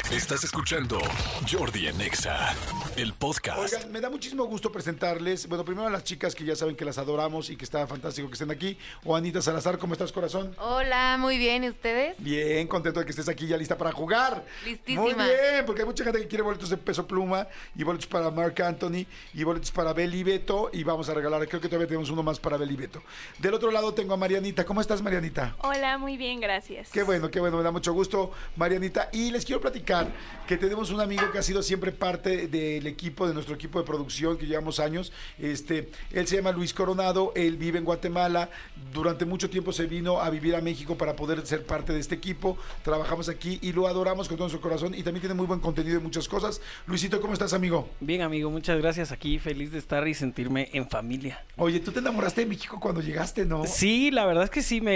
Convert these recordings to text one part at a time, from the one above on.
Estás escuchando Jordi en Exa, el podcast. Oigan, me da muchísimo gusto presentarles, bueno, primero a las chicas que ya saben que las adoramos y que está fantástico que estén aquí. O Anita Salazar, ¿cómo estás, corazón? Hola, muy bien, ¿y ustedes? Bien, contento de que estés aquí ya lista para jugar. Listísima. Muy bien, porque hay mucha gente que quiere boletos de Peso Pluma y boletos para Marc Anthony y boletos para Beli Beto y vamos a regalar, creo que todavía tenemos uno más para Beli Beto. Del otro lado tengo a Marianita. ¿Cómo estás, Marianita? Hola, muy bien, gracias. Qué bueno, me da mucho gusto, Marianita. Y les quiero platicar que tenemos un amigo que ha sido siempre parte del equipo, de nuestro equipo de producción, que llevamos años. Él se llama Luis Coronado, él vive en Guatemala. Durante mucho tiempo se vino a vivir a México para poder ser parte de este equipo. Trabajamos aquí y lo adoramos con todo nuestro corazón y también tiene muy buen contenido y muchas cosas. Luisito, ¿cómo estás, amigo? Bien, amigo, muchas gracias. Aquí feliz de estar y sentirme en familia. Oye, tú te enamoraste de México cuando llegaste, ¿no? Sí, la verdad es que sí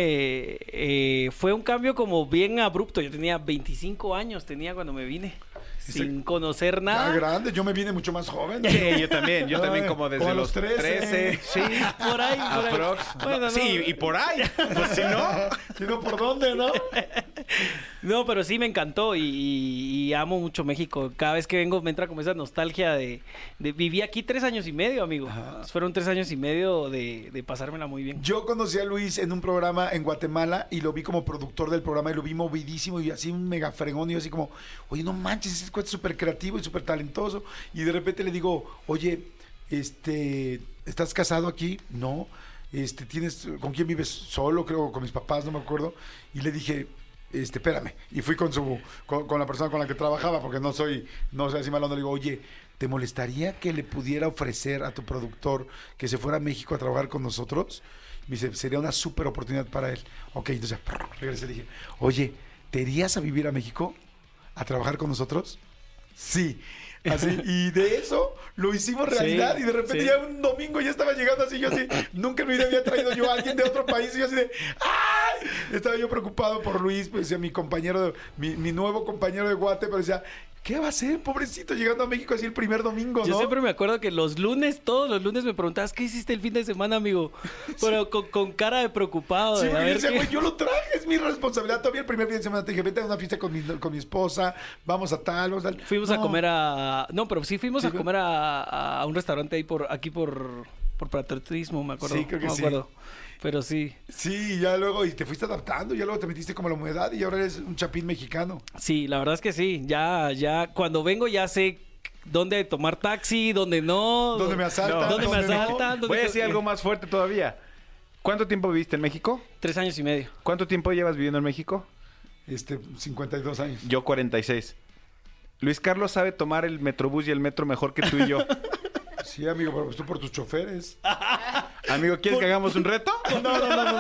fue un cambio como bien abrupto. Yo tenía 25 años, cuando me vine. Sin conocer nada. Ya grande, yo me vine mucho más joven. Sí, yo también como desde como los 13. Sí, por ahí. Bueno, no. Sí, y por ahí. Pues si no. Si no, ¿por dónde, no? No, pero sí me encantó y amo mucho México. Cada vez que vengo me entra como esa nostalgia de viví aquí 3 años y medio, amigo. Fueron 3 años y medio de pasármela muy bien. Yo conocí a Luis en un programa en Guatemala y lo vi como productor del programa y lo vi movidísimo y así un mega fregón y yo así como, oye, no manches, ese cuate es súper creativo y súper talentoso. Y de repente le digo, oye, ¿estás casado aquí? No. ¿Con quién vives? Solo, creo, con mis papás, no me acuerdo. Y le dije, espérame. Y fui con la persona con la que trabajaba, porque no soy así malón. Le digo, oye, ¿te molestaría que le pudiera ofrecer a tu productor que se fuera a México a trabajar con nosotros? Me dice, sería una súper oportunidad para él. Ok, entonces regresé y dije, oye, ¿te irías a vivir a México a trabajar con nosotros? Sí. Así, y de eso lo hicimos realidad. Sí, y de repente ya un domingo ya estaba llegando así, yo así, nunca en mi vida había traído yo a alguien de otro país y yo así de ¡ay! Estaba yo preocupado por Luis, pues decía mi compañero, mi nuevo compañero de Guate, pero decía, ¿qué va a hacer, pobrecito, llegando a México así el primer domingo, Yo ¿no? siempre me acuerdo que todos los lunes me preguntabas, ¿qué hiciste el fin de semana, amigo? Pero sí. con cara de preocupado. Sí, de porque a ver decía, qué... güey, yo lo traje, es mi responsabilidad. Todavía el primer fin de semana te dije, vete a una fiesta con mi esposa, vamos a tal, vamos a tal. Fuimos a comer fuimos a comer a un restaurante ahí aquí por patriotismo, me acuerdo. Sí, creo que no me acuerdo. Pero sí. Sí, ya luego, y te fuiste adaptando, ya luego te metiste como la humedad y ahora eres un chapín mexicano. Sí, la verdad es que sí, ya cuando vengo ya sé dónde tomar taxi, dónde no. Dónde me asaltan. Dónde me asaltan. Voy a decir algo más fuerte todavía. ¿Cuánto tiempo viviste en México? 3 años y medio. ¿Cuánto tiempo llevas viviendo en México? 52 años. Yo 46. Luis Carlos sabe tomar el metrobús y el metro mejor que tú y yo. Sí, amigo, pero pues tú por tus choferes. Amigo, ¿quieres que hagamos un reto? No.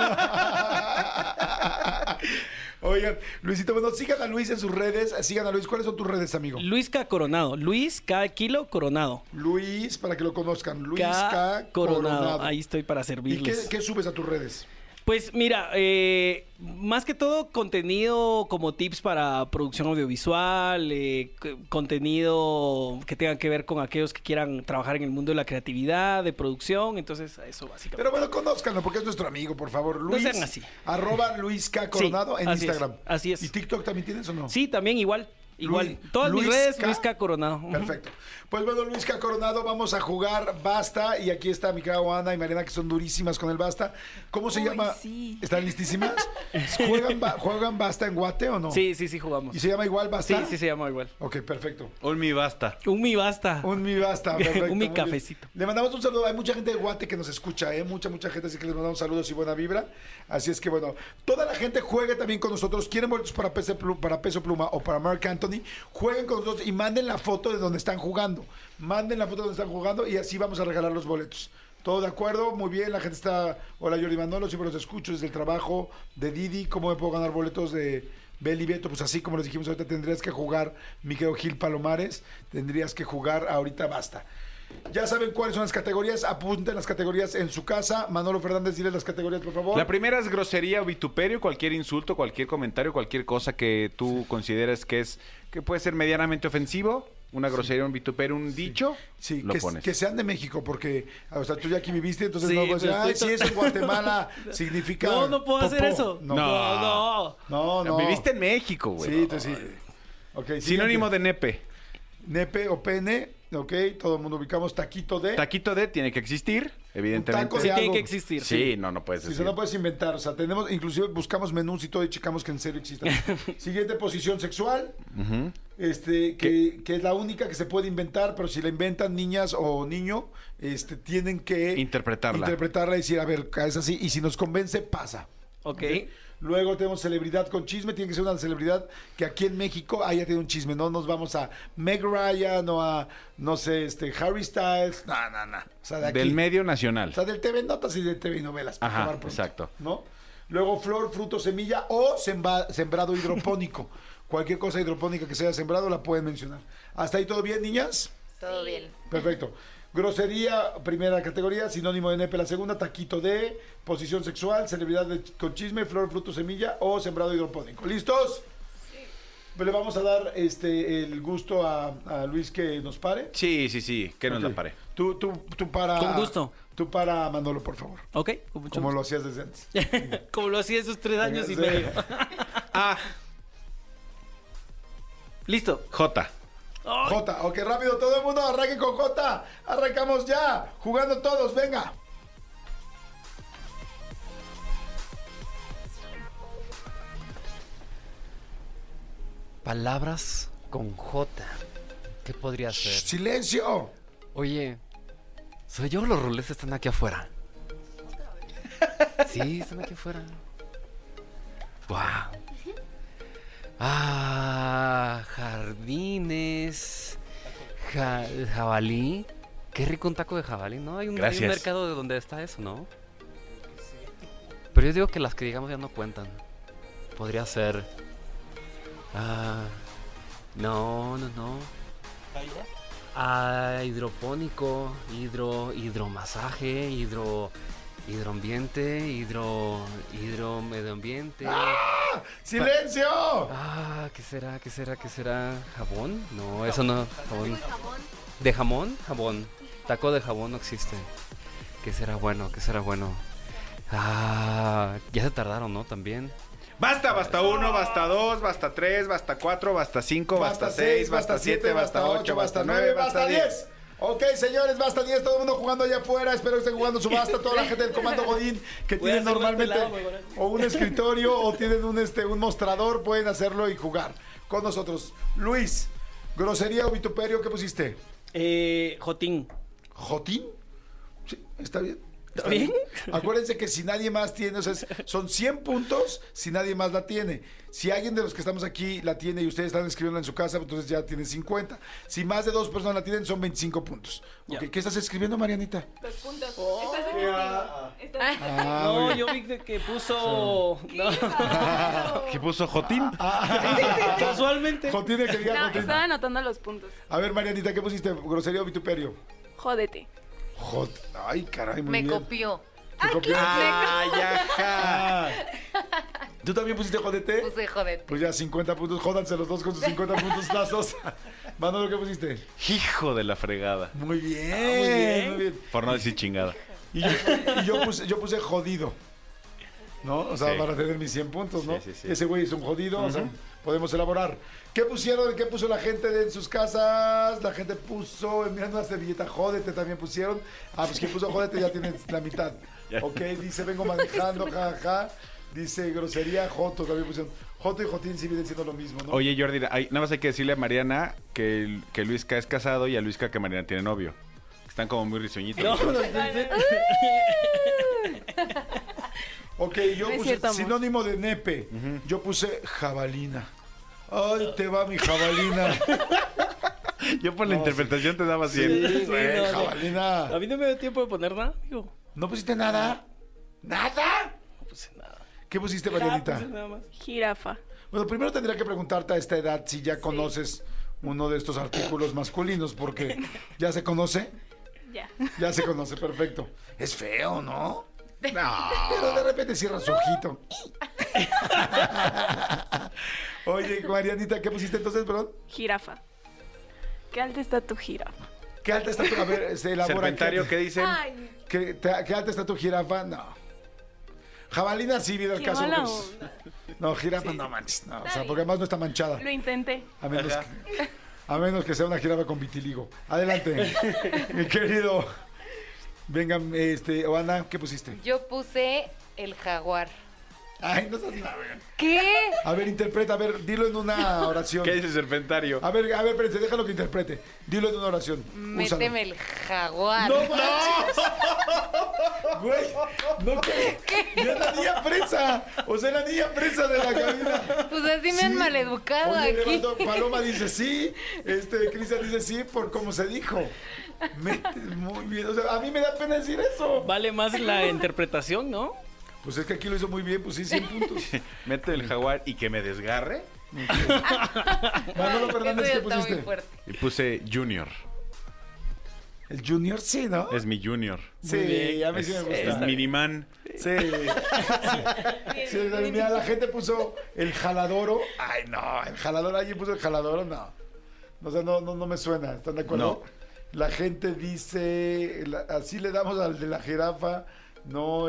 Oigan, Luisito, bueno, sigan a Luis en sus redes. Sigan a Luis. ¿Cuáles son tus redes, amigo? Luis K. Coronado. Luis K. Kilo Coronado. Luis, para que lo conozcan. Luis K. Coronado. Ahí estoy para servirles. ¿Y qué subes a tus redes? Pues mira, más que todo contenido como tips para producción audiovisual, contenido que tenga que ver con aquellos que quieran trabajar en el mundo de la creatividad, de producción, entonces eso básicamente. Pero bueno, conózcanlo porque es nuestro amigo, por favor. Luis, no sean así. @Luis K. Coronado en Instagram. Así es. ¿Y TikTok también tienes o no? Sí, también igual. Todas mis redes, Luis K. Coronado. Perfecto. Pues bueno, Luis K. Coronado, vamos a jugar Basta. Y aquí está mi querida Ana y Mariana, que son durísimas con el Basta. ¿Cómo se llama? Sí. ¿Están listísimas? ¿Juegan Basta en Guate o no? Sí, jugamos. ¿Y se llama igual Basta? Sí, se llama igual. Ok, perfecto. Un mi basta. Un mi basta. Un mi Basta, perfecto. Un mi cafecito. Le mandamos un saludo. Hay mucha gente de Guate que nos escucha, mucha gente, así que les mandamos saludos y buena vibra. Así es que bueno, toda la gente juegue también con nosotros. ¿Quieren boletos para Peso Pluma o para Marc Anthony? Jueguen con nosotros y manden la foto de donde están jugando. Manden la foto de donde están jugando y así vamos a regalar los boletos. ¿Todo de acuerdo? Muy bien, la gente está... Hola, Jordi Manolo, siempre los escucho desde el trabajo de Didi. ¿Cómo me puedo ganar boletos de Beli Beto? Pues así como les dijimos ahorita, tendrías que jugar, mi querido Gil Palomares, tendrías que jugar ahorita Basta. Ya saben cuáles son las categorías, apunten las categorías en su casa. Manolo Fernández, diles las categorías, por favor. La primera es grosería o vituperio, cualquier insulto, cualquier comentario, cualquier cosa que tú consideres que puede ser medianamente ofensivo. Una grosería, un vituperio, un dicho, sí, lo pones. Que sean de México, porque, o sea, tú ya aquí viviste, entonces Sí, no puedes decir, pero si eso en Guatemala significa... No puedo hacer eso. No. No. No. Viviste en México, güey. Sí, entonces sí. Ok, Sinónimo siguiente. de nepe. Nepe o pene, ok, todo el mundo ubicamos taquito de... Taquito de tiene que existir, evidentemente. taco Sí, de tiene algo. que existir. Sí, no puedes Si decir. no puedes inventar, o sea, tenemos, inclusive buscamos menús y todo y checamos que en serio existan. Siguiente posición sexual, Ujú. que es la única que se puede inventar, pero si la inventan niñas o niño, tienen que Interpretarla. y decir, a ver, es así, y si nos convence, pasa. Ok. Luego tenemos celebridad con chisme, tiene que ser una celebridad que aquí en México haya tenido un chisme, no nos vamos a Meg Ryan o a, no sé, Harry Styles, no. O sea, de aquí. Del medio nacional. O sea, del TV Notas y de TV Novelas. para Ajá, acabar pronto, exacto. ¿no? Luego flor, fruto, semilla o sembrado hidropónico. Cualquier cosa hidropónica que se haya sembrado la pueden mencionar. ¿Hasta ahí todo bien, niñas? Todo bien. Perfecto. Grosería, primera categoría, sinónimo de nepe, la segunda, taquito de, posición sexual, celebridad con chisme, flor, fruto, semilla o sembrado hidropónico. ¿Listos? Sí. Le vamos a dar el gusto a Luis que nos pare. Sí, que nos Ok. la pare. Tú para... Con gusto. Tú para Manolo, por favor. Ok, con mucho Como gusto. lo hacías desde antes. Como lo hacía esos 3 años y Sí. medio. Ah, Listo. J. Ay, J, ok, rápido, todo el mundo arranque con J. Arrancamos ya, jugando todos, venga. Palabras con J. ¿Qué podría ser? Shh, silencio. Oye, ¿soy yo o los roles están aquí afuera? Sí, están aquí afuera. Wow. Jardines. Jabalí. Qué rico un taco de jabalí, ¿no? Hay un Gracias. mercado de donde está eso, ¿no? Pero yo digo que las que digamos ya no cuentan. Podría ser. No. Hidropónico, hidromasaje, hidroambiente, medio ambiente. ¡Silencio! ¿Qué será? ¿Jabón? No, eso no. Jabón. ¿De jamón? Jabón. Taco de jabón no existe. ¿Qué será bueno? Ya se tardaron, ¿no? También. Basta 1, basta 2, basta 3, basta 4, basta 5, basta 6, basta 7, basta 8, basta 9, basta 10. Ok, señores, basta 10, todo el mundo jugando allá afuera. Espero que estén jugando su basta. Toda la gente del Comando Godín que Voy a tienen hacerlo a este normalmente lado, mejor. o un escritorio o tienen un mostrador, pueden hacerlo y jugar con nosotros. Luis, grosería o vituperio, ¿qué pusiste? Jotín. ¿Jotín? Sí, está bien. ¿Está bien? Acuérdense que si nadie más tiene, o sea, son 100 puntos si nadie más la tiene. Si alguien de los que estamos aquí la tiene y ustedes están escribiendo en su casa, entonces ya tienen 50. Si más de 2 personas la tienen, son 25 puntos. Ya. Ok, ¿qué estás escribiendo, Marianita? Los puntos. Estás escribiendo. Ah, No, muy bien. yo vi que puso. No. ¿Qué puso Jotín? Casualmente. Jotín, que diga No, Jotín. estaba anotando los puntos. A ver, Marianita, ¿qué pusiste? ¿Grosería o vituperio? Jódete. Ay, caray, muy Me bien. copió. ¿Te copió? ¡Ay, ajá! ¿Tú también pusiste jodete? Puse jodete. Pues ya, 50 puntos. Jódanse los dos con sus 50 puntos las dos. Manolo, ¿qué pusiste? Hijo de la fregada. Muy bien, muy bien. muy bien. Por no decir chingada. Y yo puse jodido. ¿No? O sea, Sí. para tener mis 100 puntos, ¿no? Sí. Ese güey es un jodido, o sea, podemos elaborar. ¿Qué pusieron? ¿Qué puso la gente en sus casas? La gente puso, mirando una servilleta, jódete también pusieron. Pues quien puso jódete ya tiene la mitad. Ya. Ok, dice, vengo manejando, jajaja. Dice, grosería, joto, también pusieron. Joto y jotín sí vienen siendo lo mismo, ¿no? Oye, Jordi, nada más hay que decirle a Mariana que Luisca es casado y a Luisca que Mariana tiene novio. Están como muy risueñitos. No, los dos. Ok, yo No es puse cierto, amor. sinónimo de nepe. Yo puse jabalina. Ay, te va mi jabalina. Yo por la No, interpretación te daba 100. Sí, Güey, no, no. jabalina. A mí no me dio tiempo de poner nada, amigo. ¿No pusiste nada? ¿Nada? No puse nada. ¿Qué pusiste, Ah, Marianita? puse nada más. Jirafa. Bueno, primero tendría que preguntarte a esta edad si ya conoces uno de estos artículos masculinos, porque ya se conoce. Ya. Ya se conoce, perfecto. Es feo, ¿no? No. Pero de repente cierra su ojito. Oye, Marianita, ¿qué pusiste entonces, perdón? Jirafa. ¿Qué alta está tu jirafa? ¿Qué alta está tu... A ver, se elabora... Serpentario, ¿qué dicen? Ay. ¿Qué alta está tu jirafa? No. Jabalina sí viene el Qué caso. mala pues. onda. No, jirafa no manches. No, o Está sea, bien. porque además no está manchada. Lo intenté. A menos que sea una jirafa con vitiligo. Adelante, mi querido. Vengan, Oana, ¿qué pusiste? Yo puse el jaguar. Ay, no seas nada. ¿Qué? A ver, interpreta, a ver, dilo en una oración. ¿Qué dice Serpentario? A ver, espérense, déjalo que interprete. Dilo en una oración. Úsalo. Méteme el jaguar. ¡No manches! Güey, no que. Ya la niña presa. O sea, la niña presa de la cabina. Pues así me han maleducado Oye, aquí. levantó, Paloma dice sí. Cristian dice sí por cómo se dijo. Muy bien. O sea, a mí me da pena decir eso. Vale más la interpretación, ¿no? Pues es que aquí lo hizo muy bien, pues sí, 100 puntos. Mete el jaguar y que me desgarre. Manolo Fernández, Eso ¿qué ya está muy pusiste? fuerte. Y puse Junior. El Junior, sí, ¿no? Es mi Junior. Sí, a mí sí me Es gusta. Miniman. Sí. Sí, mira, la gente puso el jaladoro. Ay, no, el jaladoro, alguien puso el jaladoro, no. O sea, no me suena, ¿están de acuerdo? No. La gente dice, así le damos al de la jirafa, no,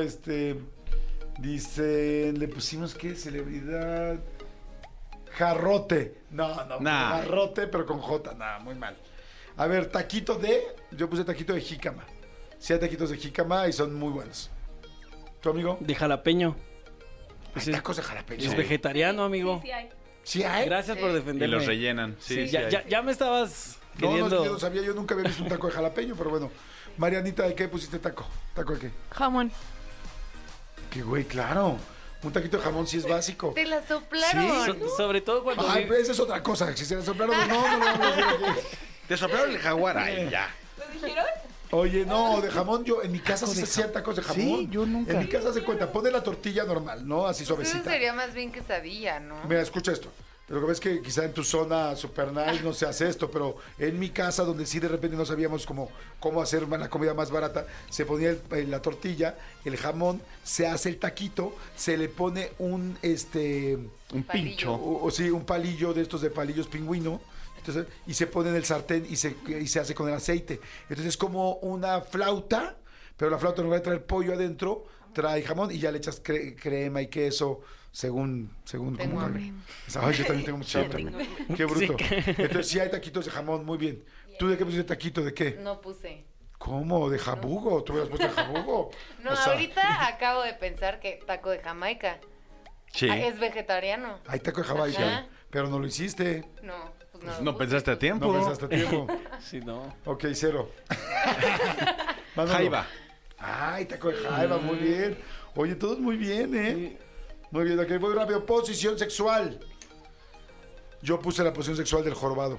dice, le pusimos, ¿qué? Celebridad, jarrote. No, Nah. jarrote, pero con J, nada, muy mal. A ver, yo puse taquito de jícama. Sí hay taquitos de jícama y son muy buenos. ¿Tu amigo? De jalapeño. Hay Pues es, tacos de jalapeño. es vegetariano, amigo. Sí, sí hay. ¿Sí hay? Gracias por Y defenderme. los rellenan. Sí, sí, ya, hay. ya me estabas No, queriendo... yo no sabía, yo nunca había visto un taco de jalapeño, pero bueno. Marianita, ¿de qué pusiste taco? ¿Taco de qué? Jamón. Que güey, claro. Un taquito de jamón sí es básico. Te la soplaron. sobre todo cuando... Ay, pero esa es otra cosa. Si se le soplaron, no. Te soplaron el jaguar. Ay, ya. ¿Lo dijeron? Oye, no, de jamón, yo en mi casa sí se hacían tacos de jamón. Sí, yo nunca. En mi casa se cuenta, pone la tortilla normal, ¿no? Así Eso suavecita. sería más bien quesadilla, ¿no? Mira, escucha esto. Lo que ves es que quizá en tu zona super nice no se hace esto, pero en mi casa, donde sí de repente no sabíamos cómo hacer la comida más barata, se ponía la tortilla, el jamón, se hace el taquito, se le pone un Un pincho. sí, un palillo de estos de palillos pingüino. Entonces, y se pone en el sartén y se hace con el aceite. Entonces es como una flauta, pero la flauta no va a traer pollo adentro, trae jamón y ya le echas crema y queso según Tengo como hambre. Ay, yo también tengo mucha hambre. Qué bruto. Entonces sí hay taquitos de jamón, muy bien. ¿Tú de qué pusiste taquito? ¿De qué? No puse. ¿Cómo? ¿De jabugo? ¿Tú hubieras puesto de jabugo? No, O sea, ahorita acabo de pensar que taco de Jamaica. Sí. Ah, es vegetariano. hay taco de Jamaica, Ajá. pero no lo hiciste. No, pues no. lo No puse. pensaste a tiempo. No pensaste a tiempo. Sí, no. Ok, 0. Manolo. Jaiba. Ay, taco de jaiba, muy bien. Oye, todos muy bien, ¿eh? Muy bien, ok, voy rápido. Posición sexual. Yo puse la posición sexual del jorobado.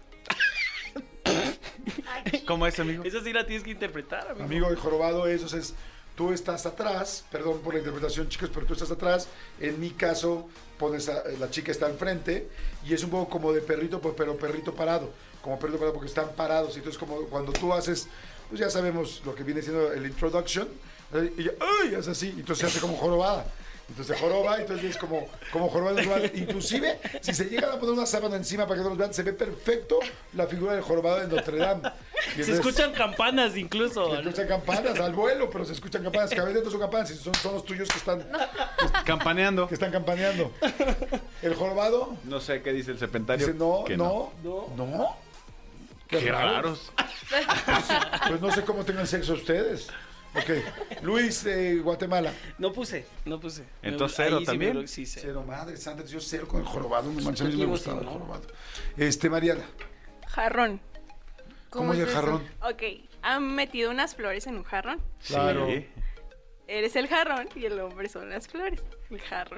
¿Cómo es, amigo? Esa sí la tienes que interpretar, amigo. Amigo, el jorobado es, o sea, tú estás atrás, perdón por la interpretación, chicos, pero tú estás atrás. En mi caso, la chica está al frente y es un poco como de perrito, pues, pero perrito parado. Como perrito parado porque están parados. Y entonces, como cuando tú haces, pues ya sabemos lo que viene siendo el introduction. Y ella, ¡ay! Es así. Entonces se hace como jorobada. Entonces joroba, entonces es como jorobada natural. Inclusive, si se llegan a poner una sábana encima para que no los vean, se ve perfecto la figura del jorobado de Notre Dame. Y Se entonces- escuchan campanas incluso. se escuchan campanas al vuelo, pero se escuchan campanas. Que a veces no son campanas, son los tuyos que están Campaneando. campaneando. El jorobado No sé qué dice el serpentario. dice no, que no. Qué raros. Pues no sé cómo tengan sexo ustedes. Ok. Luis de Guatemala. No puse. Entonces, Ahí cero sí también. Sí, cero. Cero, madre santa, yo 0 con el jorobado. No manches, a mí me Digo, gustaba sí, el ¿no? jorobado. Mariana, Jarrón. ¿cómo es el eso? jarrón? Ok. ¿Han metido unas flores en un jarrón? Claro. Sí. Eres el jarrón y el hombre son las flores. El jarrón.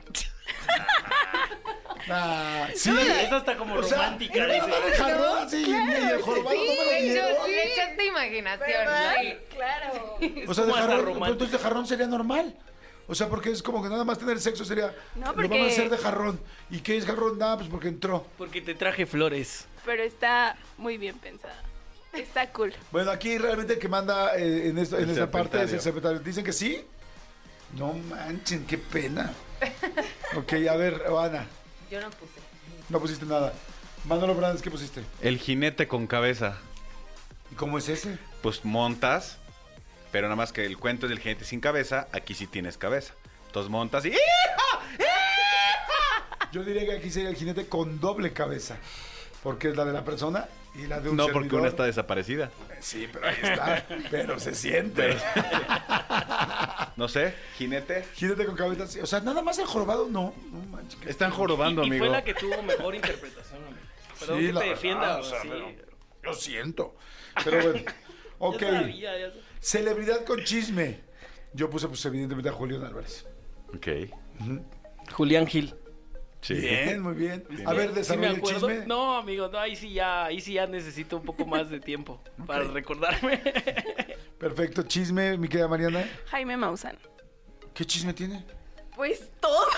Ah, sí. Esa está como O sea, romántica. ¿me van a dar el dice. jarrón así y el jorobado Sí, no me lo de hecho, dieron? sí. Le echaste imaginación. Sí. Claro. O sea, de como hasta jarrón, romántico. entonces de jarrón sería normal. O sea, porque es como que nada más tener sexo sería. No, Lo porque- vamos a hacer de jarrón. ¿Y qué es jarrón? Nada, pues porque entró. Porque te traje flores. Pero está muy bien pensada. Está cool. Bueno, aquí realmente el que manda en esta parte es el serpentario. secretario. ¿Dicen que sí? No manchen, qué pena. Ok, a ver, Ana, Yo no puse. no pusiste nada. Manolo Fernández, ¿qué pusiste? El jinete con cabeza. ¿Y cómo es ese? Pues montas, pero nada más que el cuento es del jinete sin cabeza, aquí sí tienes cabeza. Entonces montas y... Yo diría que aquí sería el jinete con doble cabeza. Porque es la de la persona y la de un No, servidor. porque una está desaparecida. Sí, pero ahí está. Pero se siente. No sé, jinete. Jinete con cabeza. Sí. O sea, nada más el jorobado, no. No manches. que- Están jorobando, Y amigo. fue la que tuvo mejor interpretación, amigo. Perdón Sí, que la te verdad, defienda. o sea, sí. pero- Lo siento. Pero bueno. Ok. Ya sabía, ya sabía. Celebridad con chisme. Yo puse, pues, evidentemente, a Julián Álvarez. Ok. Julián Gil. Sí. Bien, muy bien. A ver, ¿Sí me desarrolla el acuerdo? chisme. No, amigo, no, ahí sí ya necesito un poco más de tiempo para recordarme. Perfecto. Chisme, mi querida Mariana. Jaime Maussan. ¿Qué chisme tiene? Pues todo.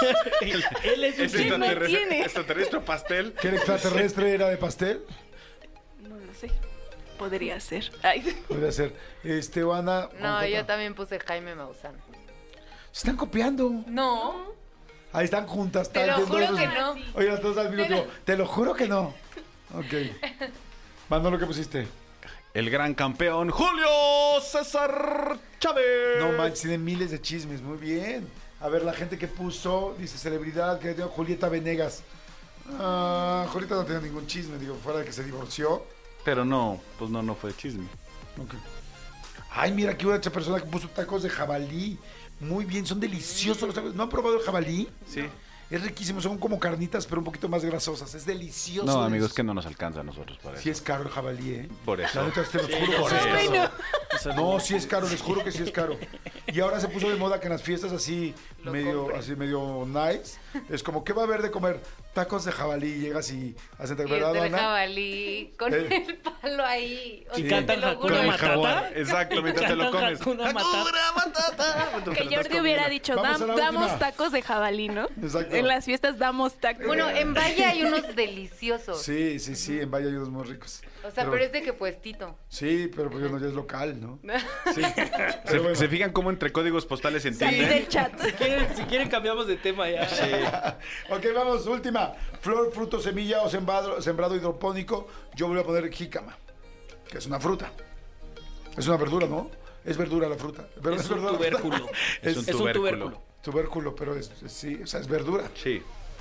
Él es un ¿Es ¿Quién no tiene? extraterrestre o pastel? ¿Que el extraterrestre era de pastel? No lo sé. Podría ser. Ay. Podría ser. Ana. No, yo también puse Jaime Maussan. Se están copiando. No, Ahí están juntas. te lo están viendo juro que esos- no. Oye, las dos al mismo tiempo. Te lo juro que no. Ok. Manolo, ¿qué pusiste? El gran campeón Julio César Chávez. No manches, tienen miles de chismes. Muy bien. A ver, la gente que puso, dice celebridad, que dio Julieta Venegas. Julieta no tenía ningún chisme, digo, fuera de que se divorció. Pero no, pues no fue chisme. Ok. Ay, mira, aquí una persona que puso tacos de jabalí. Muy bien, son deliciosos los tacos. ¿No han probado el jabalí? Sí. Es riquísimo, son como carnitas, pero un poquito más grasosas. Es delicioso. No, amigos, delicioso. que no nos alcanza a nosotros para Sí eso. es caro el jabalí, ¿eh? Por eso. La neta, te lo juro por que sí es eso. caro. No, sí es caro, les juro que sí es caro. Y ahora se puso de moda que en las fiestas así Lo medio compre. nice, es como, ¿qué va a haber de comer? Tacos de jabalí, llegas y hacen, Y es ¿verdad, del Ana? jabalí con Eh. el palo ahí. O Y sea, cantan te lo Hakuna juro. Matata. Exacto, mientras te lo Cantan comes. Hakuna Matata. Hakuna Matata. Que Jordi hubiera dicho, Vamos a la damos última". tacos de jabalí, ¿no? Exacto. En las fiestas damos tacos. Bueno, en Valle hay unos deliciosos. Sí, en Valle hay unos muy ricos. O sea, pero es de que puestito. Sí, pero pues no, ya es local, ¿no? Sí. Pero ¿Se, bueno. se fijan cómo entre códigos postales se Salí entienden? del chat. Si quieren cambiamos de tema ya. Ok, vamos, última. Flor, fruto, semilla o sembrado hidropónico. Yo voy a poner jícama, que es una fruta. Es una verdura, ¿no? Es verdura la fruta. ¿Verdad? Es un verdura la fruta? tubérculo. Es un Es un tubérculo. tubérculo, pero sí, o sea, es verdura. Sí.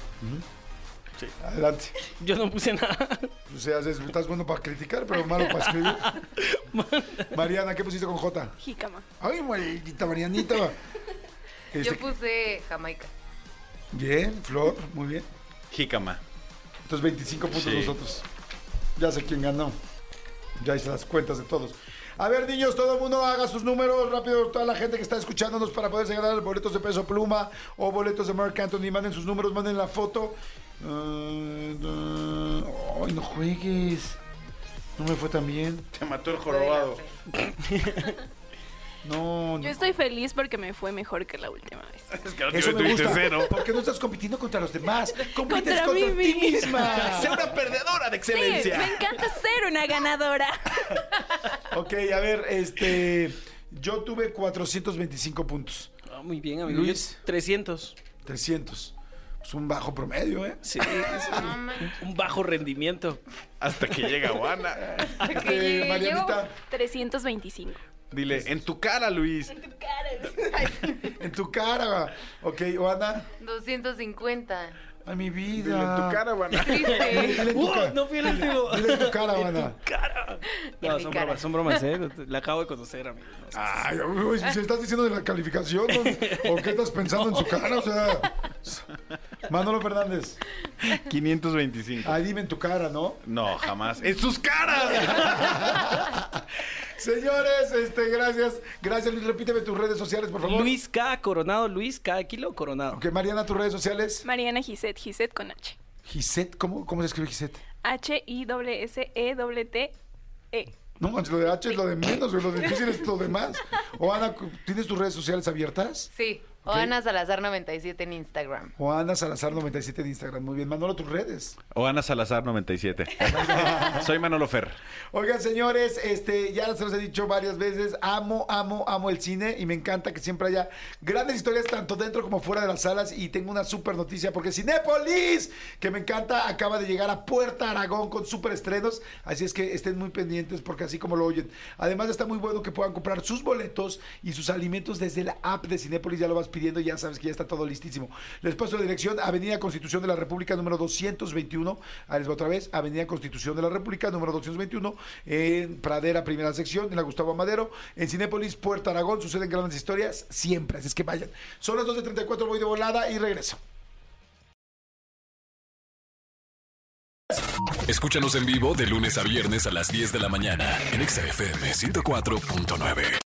Adelante. Yo no puse nada. O sea, estás bueno para criticar, pero malo para escribir. Mariana, ¿qué pusiste con J? Jícama. Ay, maldita Marianita. Yo puse Jamaica. Bien, Flor, muy bien. Jícama. Entonces 25 puntos Sí. nosotros. Ya sé quién ganó. Ya hice las cuentas de todos. A ver, niños, todo el mundo haga sus números rápido. Toda la gente que está escuchándonos para poderse ganar boletos de Peso Pluma o boletos de Marc Anthony. Manden sus números, manden la foto. Ay, no juegues. No me fue tan bien. Te mató el jorobado. No, Yo estoy feliz porque me fue mejor que la última vez. Es que Eso me tuviste gusta. cero. Porque no estás compitiendo contra los demás. Compites Contra contra, mí ti misma. misma. ¡Sé una perdedora de Sí, excelencia! me encanta ser una ganadora. Ok, a ver, yo tuve 425 puntos. Ah, muy bien, amigo. Luis. Yo 300. 300. Es un bajo promedio, ¿eh? Sí, es un bajo rendimiento. Hasta que llega Juana. Marianita, 325. Dile, en tu cara, Luis. en tu cara. Ok, Oana. 250. Ay, mi vida. Dile en tu cara, Juana. Dile en tu cara. No fui el último. Dile en tu cara, Oana. Cara. En No, mi son cara. bromas, son bromas, ¿eh? La acabo de conocer, amigo. No sé. Ay, uy, si estás diciendo de la calificación, ¿no? ¿O qué estás pensando en su cara? O sea, Manolo Fernández. 525. Ay, dime en tu cara, ¿no? No, jamás. ¡En sus caras! Señores, gracias. Gracias, Luis. Repíteme tus redes sociales, por favor. Luis K. Coronado, Luis K. Kilo Coronado. Ok, Mariana, tus redes sociales. Mariana Giset, Giset con H. Giset, ¿cómo se escribe Giset? H-I-S-E-T-E. No manches, lo de H es lo de menos, güey, lo difícil es lo demás. O Ana, ¿tienes tus redes sociales abiertas? Sí. O Ok. Ana Salazar 97 en Instagram. O Ana Salazar 97 en Instagram. Muy bien, Manolo, tus redes. O Ana Salazar 97. Soy Manolo Fer. Oigan, señores, ya se los he dicho varias veces, amo el cine y me encanta que siempre haya grandes historias tanto dentro como fuera de las salas y tengo una super noticia porque Cinépolis, que me encanta, acaba de llegar a Puerta Aragón con super estrenos, así es que estén muy pendientes porque así como lo oyen. Además está muy bueno que puedan comprar sus boletos y sus alimentos desde la app de Cinépolis, ya lo vas pidiendo, ya sabes que ya está todo listísimo. Les paso la dirección, Avenida Constitución de la República, número 221, ahí les va otra vez, Avenida Constitución de la República, número 221, en Pradera, primera sección, en la Gustavo Amadero, en Cinépolis, Puerto Aragón, suceden grandes historias siempre, así es que vayan. Son las 2:34, voy de volada y regreso. Escúchanos en vivo de lunes a viernes a las 10 de la mañana en Exa FM 104.9.